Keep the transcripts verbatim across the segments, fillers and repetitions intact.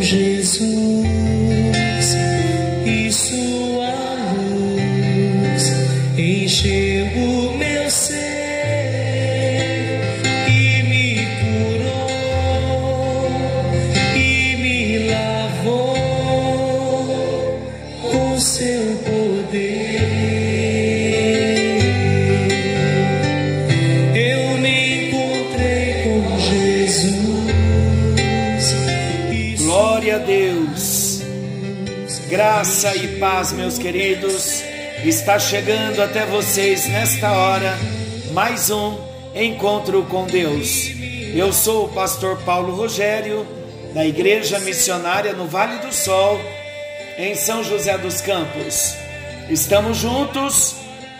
Jesus e sua luz encheu o meu ser e me curou e me lavou com seu poder. Eu me encontrei com Jesus. Glória a Deus. Graça e paz, meus queridos. Está chegando até vocês nesta hora mais um encontro com Deus. Eu sou o pastor Paulo Rogério, da Igreja Missionária no Vale do Sol, em São José dos Campos. Estamos juntos,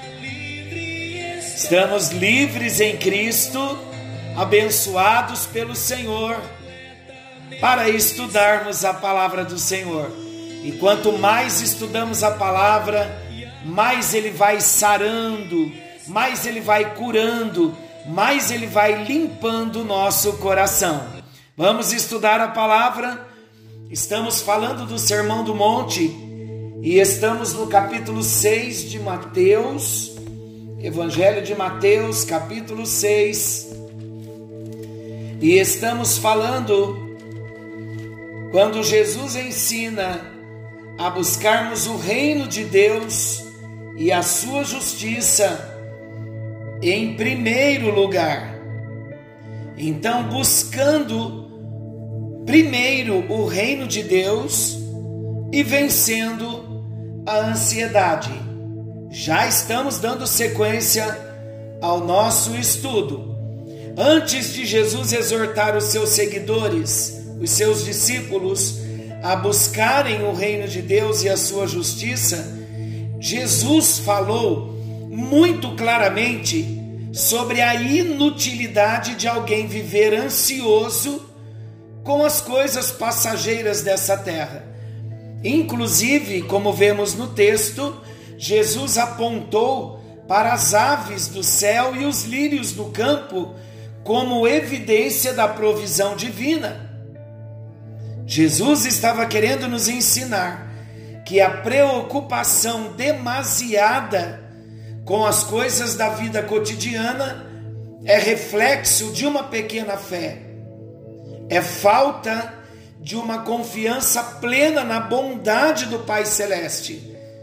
estamos livres em Cristo, abençoados pelo Senhor, para estudarmos a palavra do Senhor. E quanto mais estudamos a palavra, mais Ele vai sarando, mais Ele vai curando, mais Ele vai limpando o nosso coração. Vamos estudar a palavra. Estamos falando do Sermão do Monte e estamos no capítulo seis de Mateus, Evangelho de Mateus, capítulo seis. E estamos falando quando Jesus ensina a buscarmos o reino de Deus e a sua justiça em primeiro lugar. Então, buscando primeiro o reino de Deus e vencendo a ansiedade. Já estamos dando sequência ao nosso estudo. Antes de Jesus exortar os seus seguidores, os seus discípulos, a buscarem o reino de Deus e a sua justiça, Jesus falou muito claramente sobre a inutilidade de alguém viver ansioso com as coisas passageiras dessa terra. Inclusive, como vemos no texto, Jesus apontou para as aves do céu e os lírios do campo como evidência da provisão divina. Jesus estava querendo nos ensinar que a preocupação demasiada com as coisas da vida cotidiana é reflexo de uma pequena fé, é falta de uma confiança plena na bondade do Pai Celeste,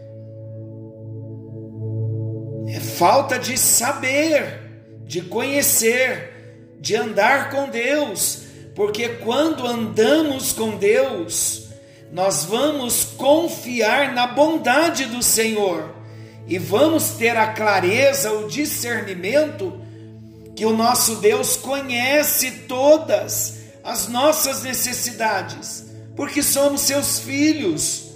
é falta de saber, de conhecer, de andar com Deus. Porque quando andamos com Deus, nós vamos confiar na bondade do Senhor e vamos ter a clareza, o discernimento que o nosso Deus conhece todas as nossas necessidades, porque somos seus filhos.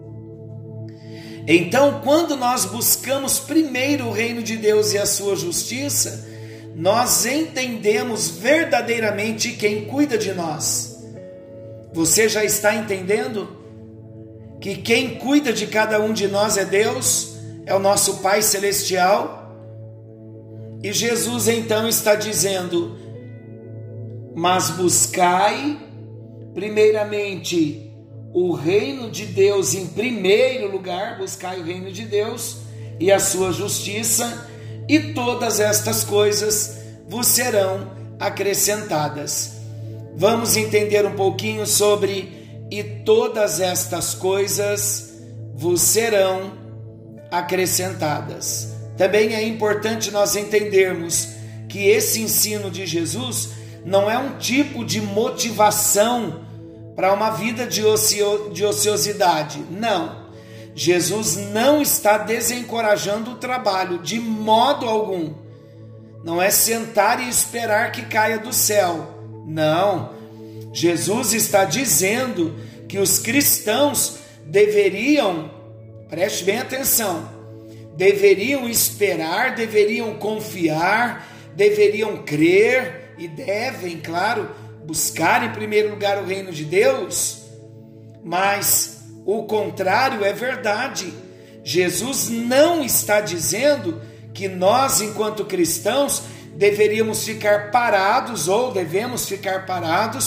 Então, quando nós buscamos primeiro o reino de Deus e a sua justiça, nós entendemos verdadeiramente quem cuida de nós. Você já está entendendo que quem cuida de cada um de nós é Deus, é o nosso Pai Celestial? E Jesus então está dizendo: mas buscai primeiramente o reino de Deus em primeiro lugar, buscai o reino de Deus e a sua justiça, e todas estas coisas vos serão acrescentadas. Vamos entender um pouquinho sobre e todas estas coisas vos serão acrescentadas. Também é importante nós entendermos que esse ensino de Jesus não é um tipo de motivação para uma vida de, ocio, de ociosidade. Não. Jesus não está desencorajando o trabalho de modo algum. Não é sentar e esperar que caia do céu. Não. Jesus está dizendo que os cristãos deveriam, preste bem atenção, deveriam esperar, deveriam confiar, deveriam crer e devem, claro, buscar em primeiro lugar o reino de Deus, mas o contrário é verdade. Jesus não está dizendo que nós, enquanto cristãos, deveríamos ficar parados ou devemos ficar parados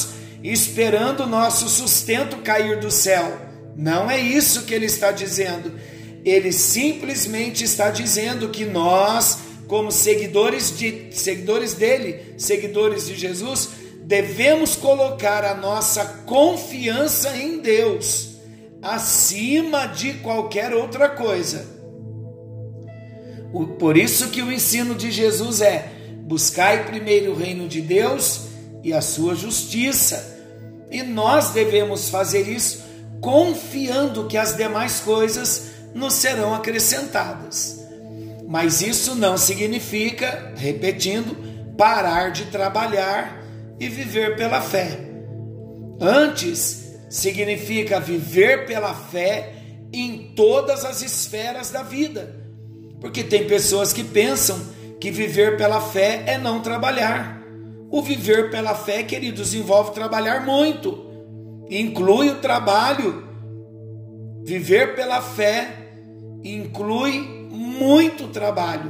esperando o nosso sustento cair do céu. Não é isso que ele está dizendo. Ele simplesmente está dizendo que nós, como seguidores, de, seguidores dele, seguidores de Jesus, devemos colocar a nossa confiança em Deus acima de qualquer outra coisa. Por isso que o ensino de Jesus é: buscai primeiro o reino de Deus e a sua justiça. E nós devemos fazer isso confiando que as demais coisas nos serão acrescentadas. Mas isso não significa, repetindo, parar de trabalhar e viver pela fé. Antes, significa viver pela fé em todas as esferas da vida. Porque tem pessoas que pensam que viver pela fé é não trabalhar. O viver pela fé, queridos, envolve trabalhar muito. Inclui o trabalho. Viver pela fé inclui muito trabalho.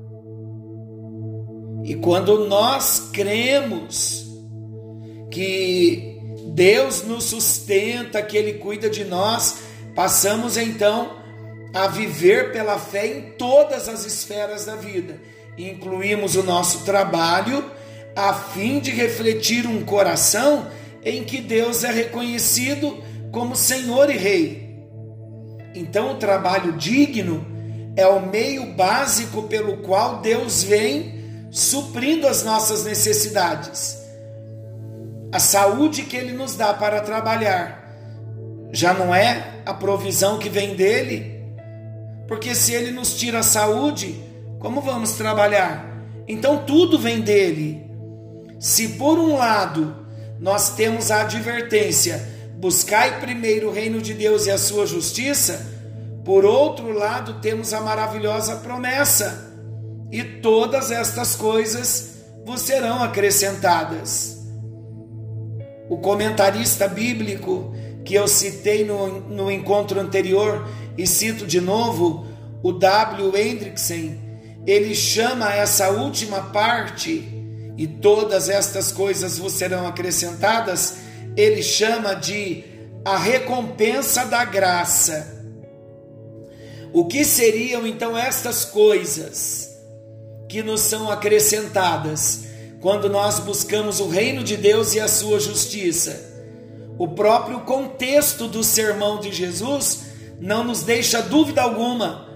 E quando nós cremos que Deus nos sustenta, que Ele cuida de nós, passamos então a viver pela fé em todas as esferas da vida. Incluímos o nosso trabalho a fim de refletir um coração em que Deus é reconhecido como Senhor e Rei. Então, o trabalho digno é o meio básico pelo qual Deus vem suprindo as nossas necessidades. A saúde que Ele nos dá para trabalhar já não é a provisão que vem dEle? Porque se Ele nos tira a saúde, como vamos trabalhar? Então tudo vem dEle. Se por um lado nós temos a advertência: buscai primeiro o reino de Deus e a sua justiça, por outro lado temos a maravilhosa promessa: e todas estas coisas vos serão acrescentadas. O comentarista bíblico que eu citei no, no encontro anterior, e cito de novo, o W. Hendrickson, ele chama essa última parte, e todas estas coisas vos serão acrescentadas, ele chama de a recompensa da graça. O que seriam então estas coisas que nos são acrescentadas quando nós buscamos o reino de Deus e a sua justiça? O próprio contexto do sermão de Jesus não nos deixa dúvida alguma.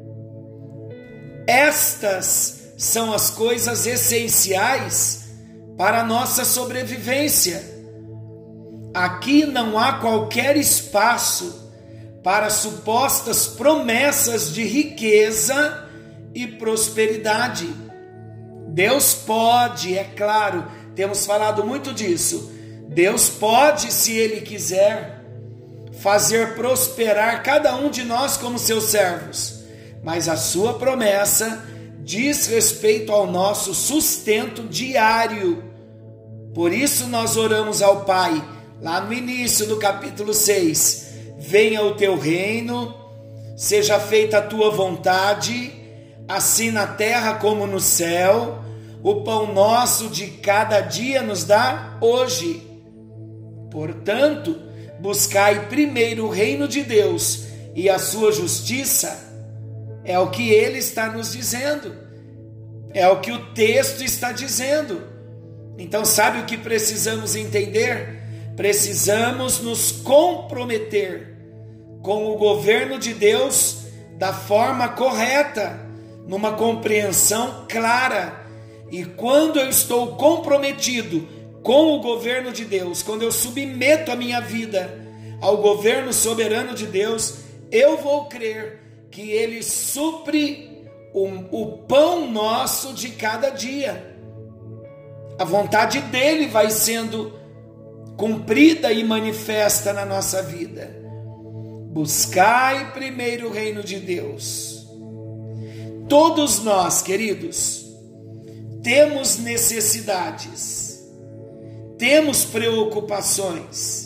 Estas são as coisas essenciais para a nossa sobrevivência. Aqui não há qualquer espaço para supostas promessas de riqueza e prosperidade. Deus pode, é claro, temos falado muito disso, Deus pode, se Ele quiser, fazer prosperar cada um de nós como seus servos, mas a sua promessa diz respeito ao nosso sustento diário. Por isso nós oramos ao Pai, lá no início do capítulo seis, venha o teu reino, seja feita a tua vontade, assim na terra como no céu. O pão nosso de cada dia nos dá hoje. Portanto, buscai primeiro o reino de Deus e a sua justiça. É o que Ele está nos dizendo. É o que o texto está dizendo. Então, sabe o que precisamos entender? Precisamos nos comprometer com o governo de Deus da forma correta, numa compreensão clara. E quando eu estou comprometido com o governo de Deus, quando eu submeto a minha vida ao governo soberano de Deus, eu vou crer que Ele supre o, o pão nosso de cada dia. A vontade dEle vai sendo cumprida e manifesta na nossa vida. Buscai primeiro o reino de Deus. Todos nós, queridos, temos necessidades, temos preocupações.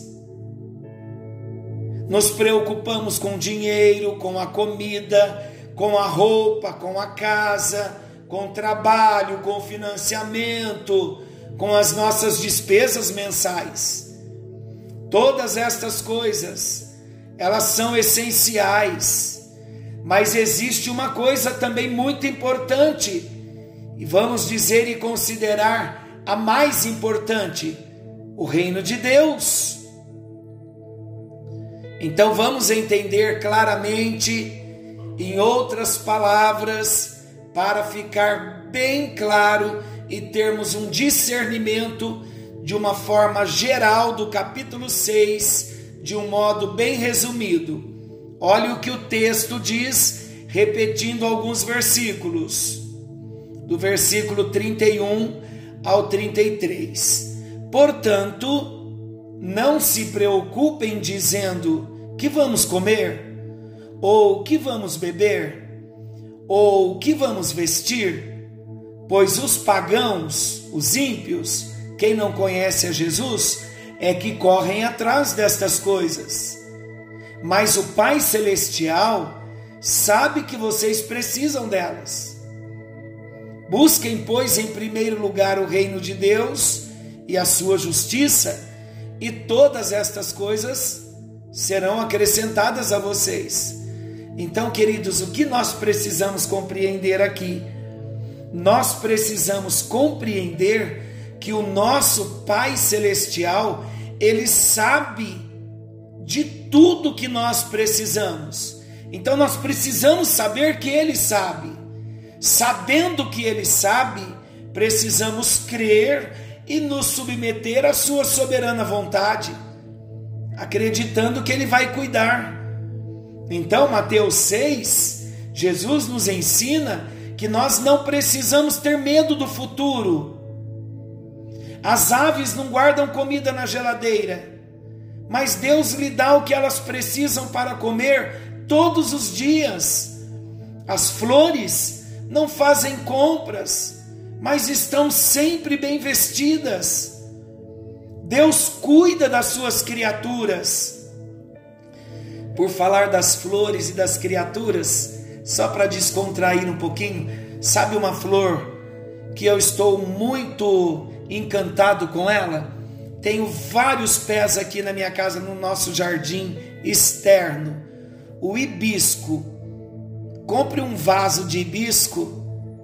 Nos preocupamos com o dinheiro, com a comida, com a roupa, com a casa, com o trabalho, com o financiamento, com as nossas despesas mensais. Todas estas coisas, elas são essenciais, mas existe uma coisa também muito importante, e vamos dizer e considerar a mais importante: o reino de Deus. Então vamos entender claramente, em outras palavras, para ficar bem claro e termos um discernimento de uma forma geral do capítulo seis, de um modo bem resumido. Olha o que o texto diz, repetindo alguns versículos, do versículo trinta e um ao trinta e três. Portanto, não se preocupem dizendo: que vamos comer? Ou que vamos beber? Ou que vamos vestir? Pois os pagãos, os ímpios, quem não conhece a Jesus, é que correm atrás destas coisas. Mas o Pai Celestial sabe que vocês precisam delas. Busquem, pois, em primeiro lugar o reino de Deus e a sua justiça, e todas estas coisas serão acrescentadas a vocês. Então, queridos, o que nós precisamos compreender aqui? Nós precisamos compreender que o nosso Pai Celestial, Ele sabe de tudo que nós precisamos. Então nós precisamos saber que Ele sabe. Sabendo que Ele sabe, precisamos crer e nos submeter à sua soberana vontade, acreditando que Ele vai cuidar. Então, Mateus seis, Jesus nos ensina que nós não precisamos ter medo do futuro. As aves não guardam comida na geladeira, mas Deus lhe dá o que elas precisam para comer todos os dias. As flores não fazem compras, mas estão sempre bem vestidas. Deus cuida das suas criaturas. Por falar das flores e das criaturas, só para descontrair um pouquinho, sabe uma flor que eu estou muito encantado com ela? Tenho vários pés aqui na minha casa, no nosso jardim externo. O hibisco. Compre um vaso de hibisco.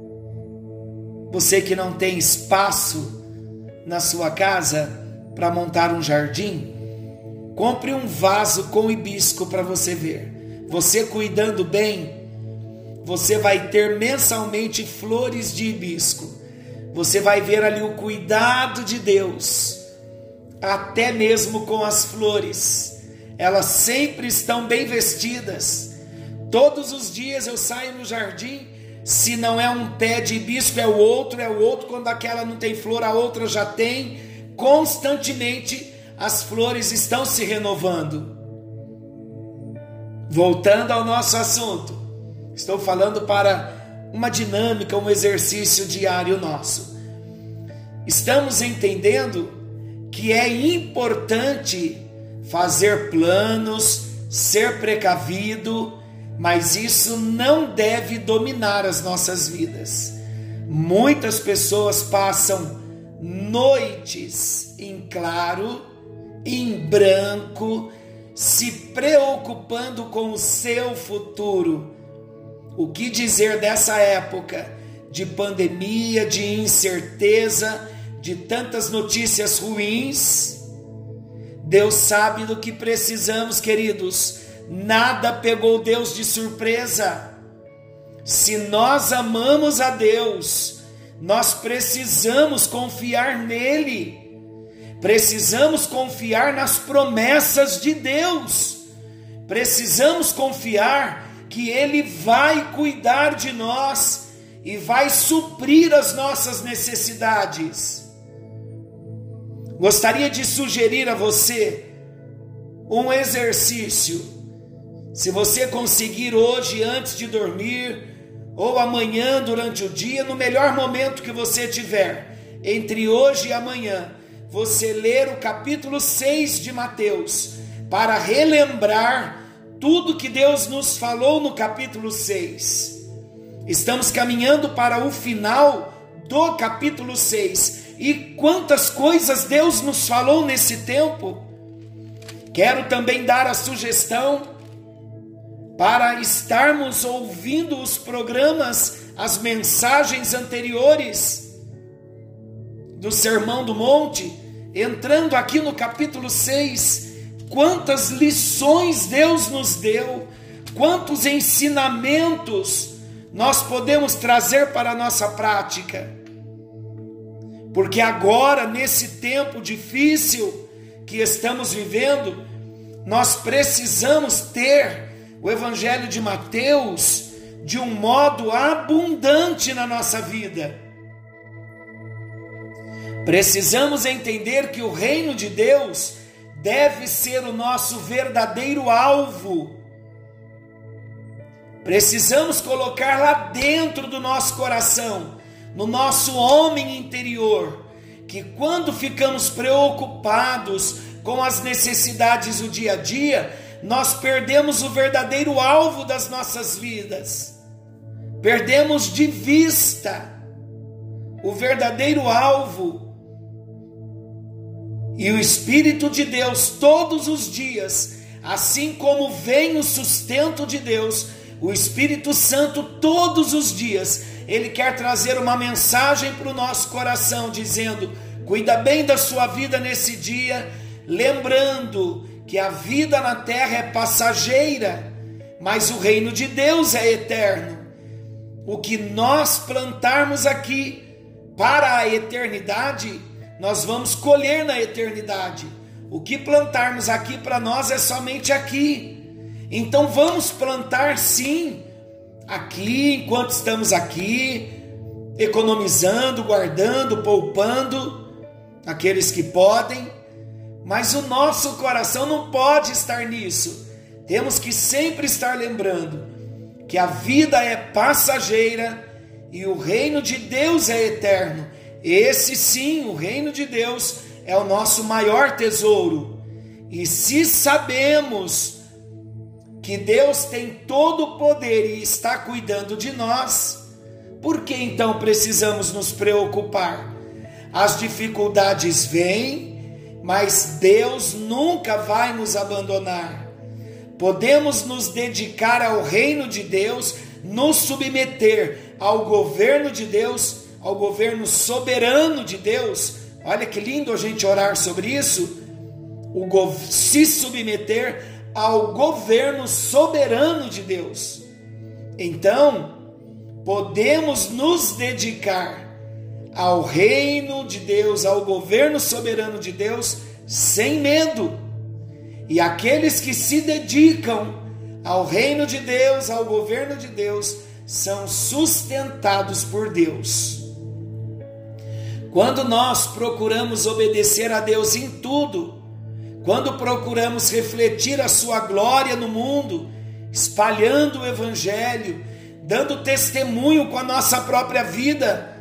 Você que não tem espaço na sua casa para montar um jardim, compre um vaso com hibisco para você ver. Você cuidando bem, você vai ter mensalmente flores de hibisco. Você vai ver ali o cuidado de Deus, até mesmo com as flores. Elas sempre estão bem vestidas. Todos os dias eu saio no jardim, se não é um pé de hibisco, é o outro, é o outro. Quando aquela não tem flor, a outra já tem. Constantemente as flores estão se renovando. Voltando ao nosso assunto, estou falando para uma dinâmica, um exercício diário nosso. Estamos entendendo que é importante fazer planos, ser precavido, mas isso não deve dominar as nossas vidas. Muitas pessoas passam noites em claro, em branco, se preocupando com o seu futuro. O que dizer dessa época de pandemia, de incerteza, de tantas notícias ruins? Deus sabe do que precisamos, queridos. Nada pegou Deus de surpresa. Se nós amamos a Deus, nós precisamos confiar nele. Precisamos confiar nas promessas de Deus. Precisamos confiar que Ele vai cuidar de nós e vai suprir as nossas necessidades. Gostaria de sugerir a você um exercício. Se você conseguir hoje antes de dormir, ou amanhã durante o dia, no melhor momento que você tiver, entre hoje e amanhã, você ler o capítulo seis de Mateus, para relembrar tudo que Deus nos falou no capítulo seis. Estamos caminhando para o final do capítulo seis. E quantas coisas Deus nos falou nesse tempo. Quero também dar a sugestão para estarmos ouvindo os programas, as mensagens anteriores do Sermão do Monte, entrando aqui no capítulo seis, quantas lições Deus nos deu, quantos ensinamentos nós podemos trazer para a nossa prática. Porque agora, nesse tempo difícil que estamos vivendo, nós precisamos ter o Evangelho de Mateus de um modo abundante na nossa vida. Precisamos entender que o reino de Deus deve ser o nosso verdadeiro alvo. Precisamos colocar lá dentro do nosso coração, no nosso homem interior, que quando ficamos preocupados com as necessidades do dia a dia, nós perdemos o verdadeiro alvo das nossas vidas. Perdemos de vista o verdadeiro alvo. E o Espírito de Deus todos os dias, assim como vem o sustento de Deus, o Espírito Santo todos os dias, ele quer trazer uma mensagem para o nosso coração, dizendo: cuida bem da sua vida nesse dia, lembrando que a vida na terra é passageira, mas o reino de Deus é eterno. O que nós plantarmos aqui para a eternidade, nós vamos colher na eternidade. O que plantarmos aqui para nós é somente aqui. Então vamos plantar sim, aqui, enquanto estamos aqui, economizando, guardando, poupando, aqueles que podem, mas o nosso coração não pode estar nisso. Temos que sempre estar lembrando que a vida é passageira e o reino de Deus é eterno. Esse sim, o reino de Deus é o nosso maior tesouro. E se sabemos que Deus tem todo o poder e está cuidando de nós, por que então precisamos nos preocupar? As dificuldades vêm, mas Deus nunca vai nos abandonar. Podemos nos dedicar ao reino de Deus, nos submeter ao governo de Deus, ao governo soberano de Deus. Olha que lindo a gente orar sobre isso. O go- se submeter ao governo soberano de Deus. Então, podemos nos dedicar ao reino de Deus, ao governo soberano de Deus, sem medo. E aqueles que se dedicam ao reino de Deus, ao governo de Deus, são sustentados por Deus. Quando nós procuramos obedecer a Deus em tudo, quando procuramos refletir a sua glória no mundo, espalhando o Evangelho, dando testemunho com a nossa própria vida,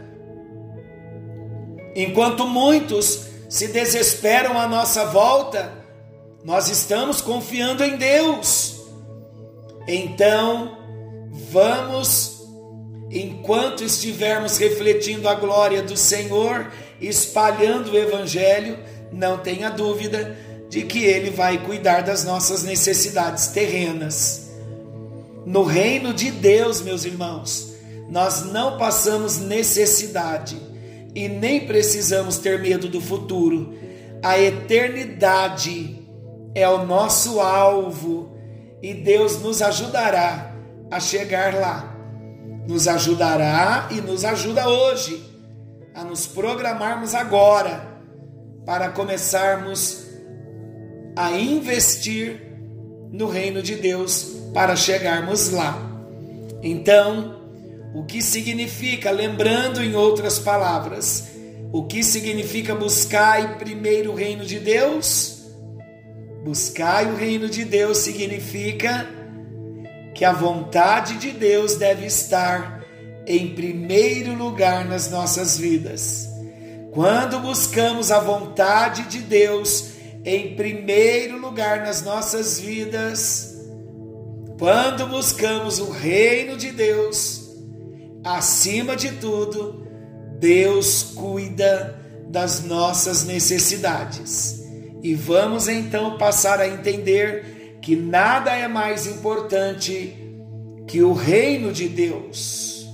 enquanto muitos se desesperam à nossa volta, nós estamos confiando em Deus. Então, vamos, enquanto estivermos refletindo a glória do Senhor, espalhando o Evangelho, não tenha dúvida de que Ele vai cuidar das nossas necessidades terrenas. No reino de Deus, meus irmãos, nós não passamos necessidade e nem precisamos ter medo do futuro. A eternidade é o nosso alvo e Deus nos ajudará a chegar lá. Nos ajudará e nos ajuda hoje a nos programarmos agora para começarmos a investir no reino de Deus para chegarmos lá. Então, o que significa, lembrando em outras palavras, o que significa buscar primeiro o reino de Deus? Buscar o reino de Deus significa que a vontade de Deus deve estar em primeiro lugar nas nossas vidas. Quando buscamos a vontade de Deus em primeiro lugar nas nossas vidas, quando buscamos o reino de Deus, acima de tudo, Deus cuida das nossas necessidades. E vamos então passar a entender que nada é mais importante que o reino de Deus.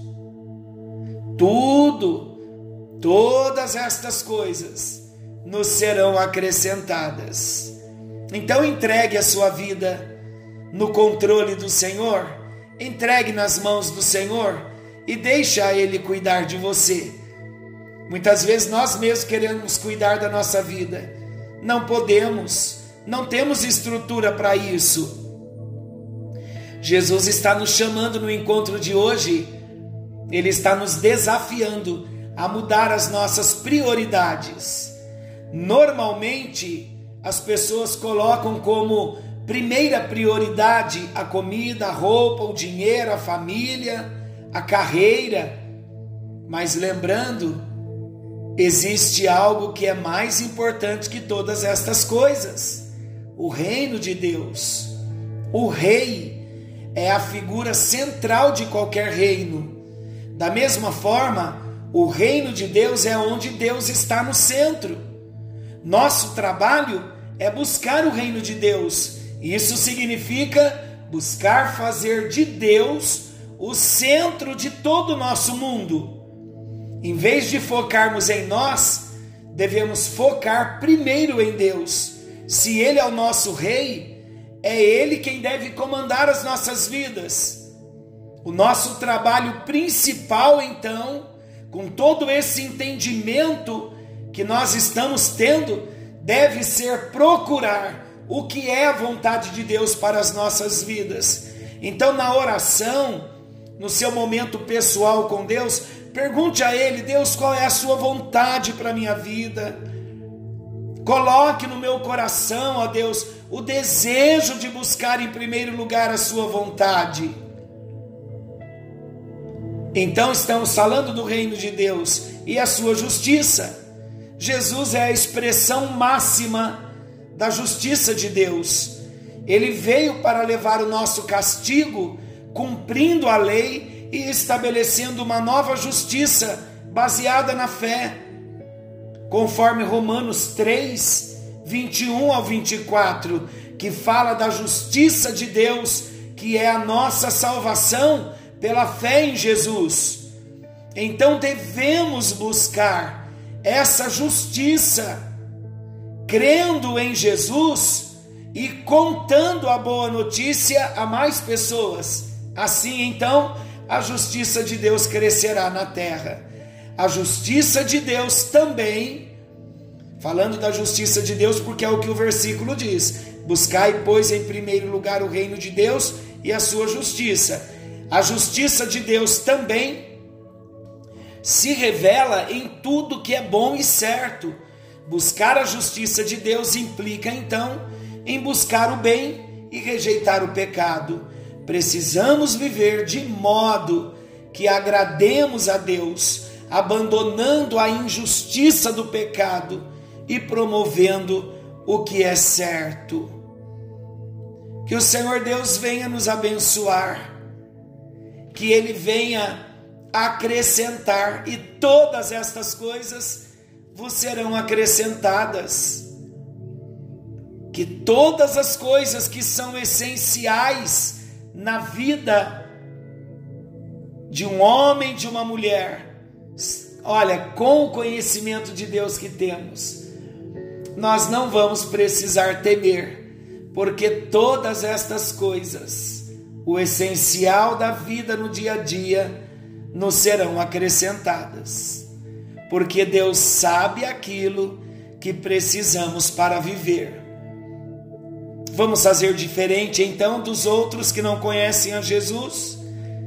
Tudo, todas estas coisas nos serão acrescentadas. Então entregue a sua vida no controle do Senhor, entregue nas mãos do Senhor e deixa Ele cuidar de você. Muitas vezes nós mesmos queremos cuidar da nossa vida, não podemos, não temos estrutura para isso. Jesus está nos chamando no encontro de hoje, Ele está nos desafiando a mudar as nossas prioridades. Normalmente, as pessoas colocam como primeira prioridade a comida, a roupa, o dinheiro, a família, a carreira. Mas lembrando, existe algo que é mais importante que todas estas coisas: o reino de Deus. O rei é a figura central de qualquer reino. Da mesma forma, o reino de Deus é onde Deus está no centro. Nosso trabalho é buscar o reino de Deus. Isso significa buscar fazer de Deus o centro de todo o nosso mundo. Em vez de focarmos em nós, devemos focar primeiro em Deus. Se Ele é o nosso rei, é Ele quem deve comandar as nossas vidas. O nosso trabalho principal, então, com todo esse entendimento que nós estamos tendo, deve ser procurar o que é a vontade de Deus para as nossas vidas. Então, na oração, no seu momento pessoal com Deus, pergunte a Ele: Deus, qual é a sua vontade para a minha vida? Coloque no meu coração, ó Deus, o desejo de buscar em primeiro lugar a sua vontade. Então estamos falando do reino de Deus e a sua justiça. Jesus é a expressão máxima da justiça de Deus. Ele veio para levar o nosso castigo, cumprindo a lei e estabelecendo uma nova justiça baseada na fé, conforme Romanos três, vinte e um ao vinte e quatro, que fala da justiça de Deus, que é a nossa salvação pela fé em Jesus. Então devemos buscar essa justiça, crendo em Jesus e contando a boa notícia a mais pessoas. Assim, então, a justiça de Deus crescerá na terra. A justiça de Deus também, falando da justiça de Deus, porque é o que o versículo diz: buscai, pois, em primeiro lugar o reino de Deus e a sua justiça. A justiça de Deus também se revela em tudo que é bom e certo. Buscar a justiça de Deus implica, então, em buscar o bem e rejeitar o pecado. Precisamos viver de modo que agrademos a Deus, abandonando a injustiça do pecado e promovendo o que é certo. Que o Senhor Deus venha nos abençoar, que Ele venha acrescentar, e todas estas coisas vos serão acrescentadas. Que todas as coisas que são essenciais na vida de um homem, de uma mulher, olha, com o conhecimento de Deus que temos, nós não vamos precisar temer, porque todas estas coisas, o essencial da vida no dia a dia, nos serão acrescentadas, porque Deus sabe aquilo que precisamos para viver. Vamos fazer diferente então dos outros que não conhecem a Jesus?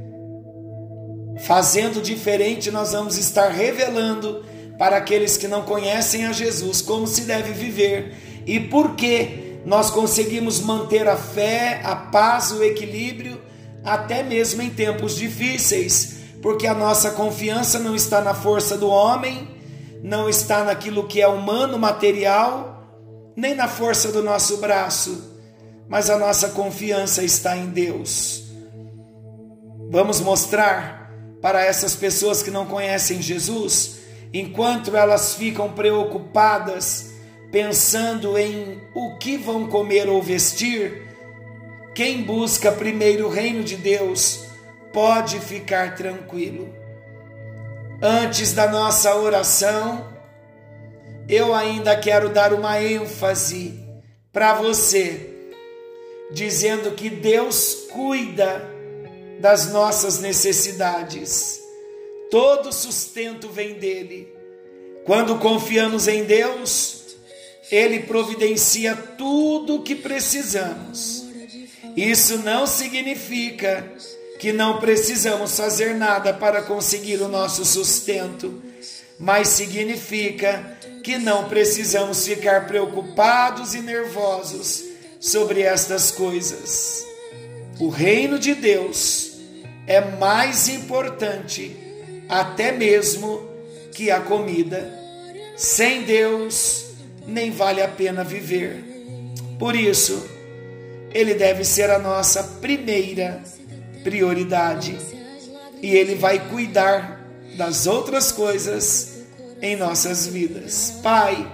Fazendo diferente, nós vamos estar revelando para aqueles que não conhecem a Jesus como se deve viver e por que nós conseguimos manter a fé, a paz, o equilíbrio, até mesmo em tempos difíceis, porque a nossa confiança não está na força do homem, não está naquilo que é humano, material, nem na força do nosso braço, mas a nossa confiança está em Deus. Vamos mostrar para essas pessoas que não conhecem Jesus, enquanto elas ficam preocupadas pensando em o que vão comer ou vestir, quem busca primeiro o reino de Deus pode ficar tranquilo. Antes da nossa oração, eu ainda quero dar uma ênfase para você, dizendo que Deus cuida das nossas necessidades. Todo sustento vem dele. Quando confiamos em Deus, Ele providencia tudo o que precisamos. Isso não significa que não precisamos fazer nada para conseguir o nosso sustento, mas significa que não precisamos ficar preocupados e nervosos sobre estas coisas. O reino de Deus é mais importante até mesmo que a comida. Sem Deus, nem vale a pena viver. Por isso, Ele deve ser a nossa primeira prioridade. E Ele vai cuidar das outras coisas em nossas vidas. Pai,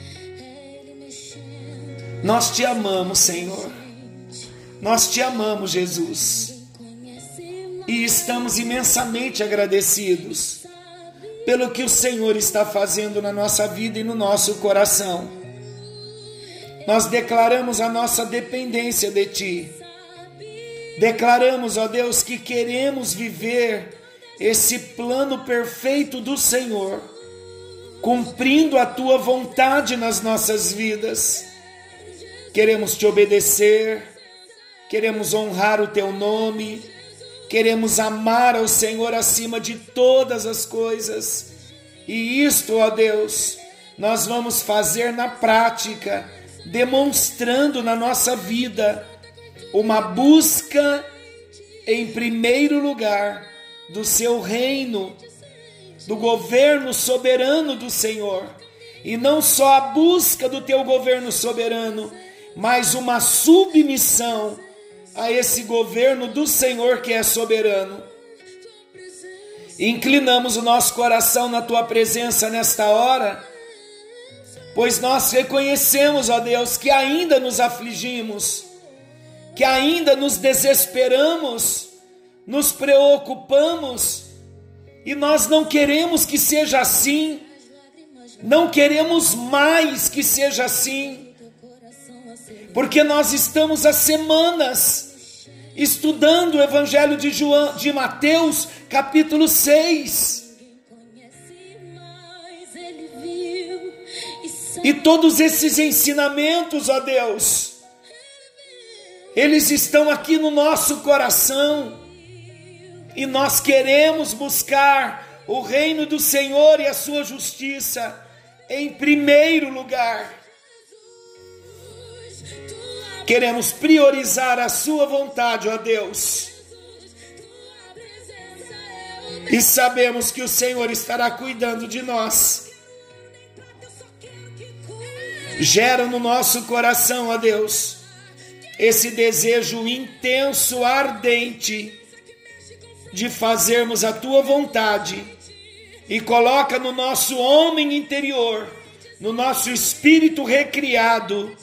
nós te amamos, Senhor. Nós te amamos, Jesus. E estamos imensamente agradecidos pelo que o Senhor está fazendo na nossa vida e no nosso coração. Nós declaramos a nossa dependência de Ti. Declaramos, ó Deus, que queremos viver esse plano perfeito do Senhor, cumprindo a Tua vontade nas nossas vidas. Queremos Te obedecer, queremos honrar o Teu nome, queremos amar ao Senhor acima de todas as coisas. E isto, ó Deus, nós vamos fazer na prática, demonstrando na nossa vida uma busca em primeiro lugar do Seu reino, do governo soberano do Senhor. E não só a busca do Teu governo soberano, mas uma submissão a esse governo do Senhor que é soberano. Inclinamos o nosso coração na Tua presença nesta hora, pois nós reconhecemos, ó Deus, que ainda nos afligimos, que ainda nos desesperamos, nos preocupamos, e nós não queremos que seja assim, não queremos mais que seja assim, porque nós estamos há semanas estudando o Evangelho de, João, de Mateus, capítulo seis. E todos esses ensinamentos, ó Deus, eles estão aqui no nosso coração. E nós queremos buscar o reino do Senhor e a sua justiça em primeiro lugar. Queremos priorizar a sua vontade, ó Deus. E sabemos que o Senhor estará cuidando de nós. Gera no nosso coração, ó Deus, esse desejo intenso, ardente, de fazermos a Tua vontade. E coloca no nosso homem interior, no nosso espírito recriado,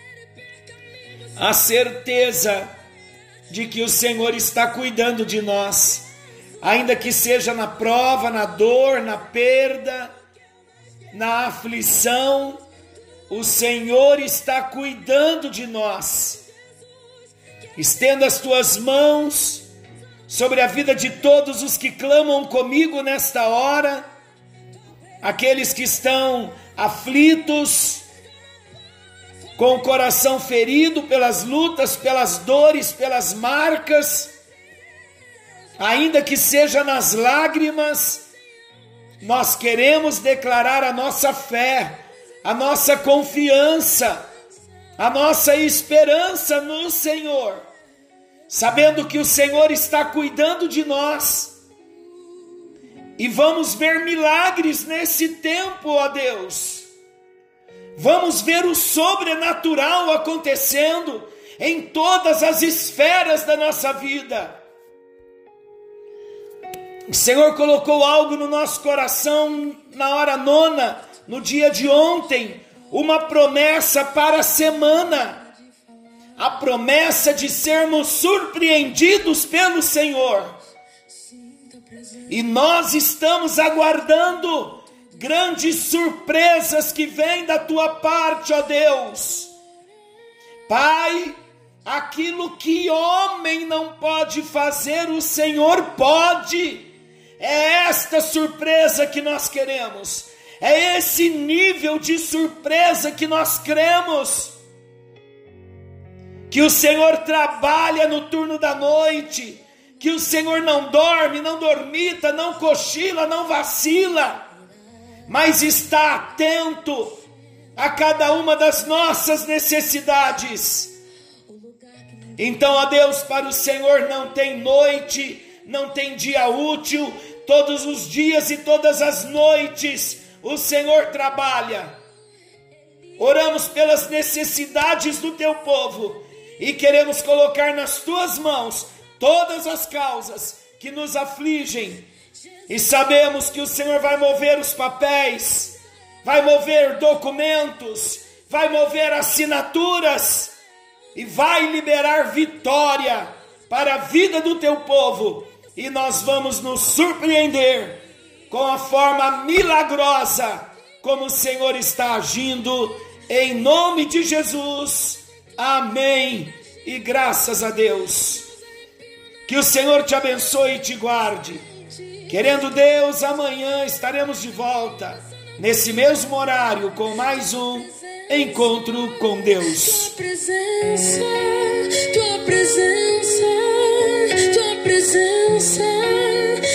a certeza de que o Senhor está cuidando de nós, ainda que seja na prova, na dor, na perda, na aflição, o Senhor está cuidando de nós. Estenda as Tuas mãos sobre a vida de todos os que clamam comigo nesta hora, aqueles que estão aflitos, com o coração ferido pelas lutas, pelas dores, pelas marcas, ainda que seja nas lágrimas, nós queremos declarar a nossa fé, a nossa confiança, a nossa esperança no Senhor, sabendo que o Senhor está cuidando de nós, e vamos ver milagres nesse tempo, ó Deus. Vamos ver o sobrenatural acontecendo em todas as esferas da nossa vida. O Senhor colocou algo no nosso coração na hora nona, no dia de ontem, uma promessa para a semana, a promessa de sermos surpreendidos pelo Senhor. E nós estamos aguardando grandes surpresas que vêm da tua parte, ó Deus. Pai, aquilo que homem não pode fazer, o Senhor pode. É esta surpresa que nós queremos. É esse nível de surpresa que nós cremos. Que o Senhor trabalha no turno da noite. Que o Senhor não dorme, não dormita, não cochila, não vacila. Mas está atento a cada uma das nossas necessidades. Então, ó Deus, para o Senhor não tem noite, não tem dia útil. Todos os dias e todas as noites o Senhor trabalha. Oramos pelas necessidades do teu povo e queremos colocar nas tuas mãos todas as causas que nos afligem. E sabemos que o Senhor vai mover os papéis, vai mover documentos, vai mover assinaturas e vai liberar vitória para a vida do teu povo. E nós vamos nos surpreender com a forma milagrosa como o Senhor está agindo, em nome de Jesus. Amém. E graças a Deus. Que o Senhor te abençoe e te guarde. Querendo Deus, amanhã estaremos de volta, nesse mesmo horário, com mais um Encontro com Deus. Tua presença, tua presença, tua presença.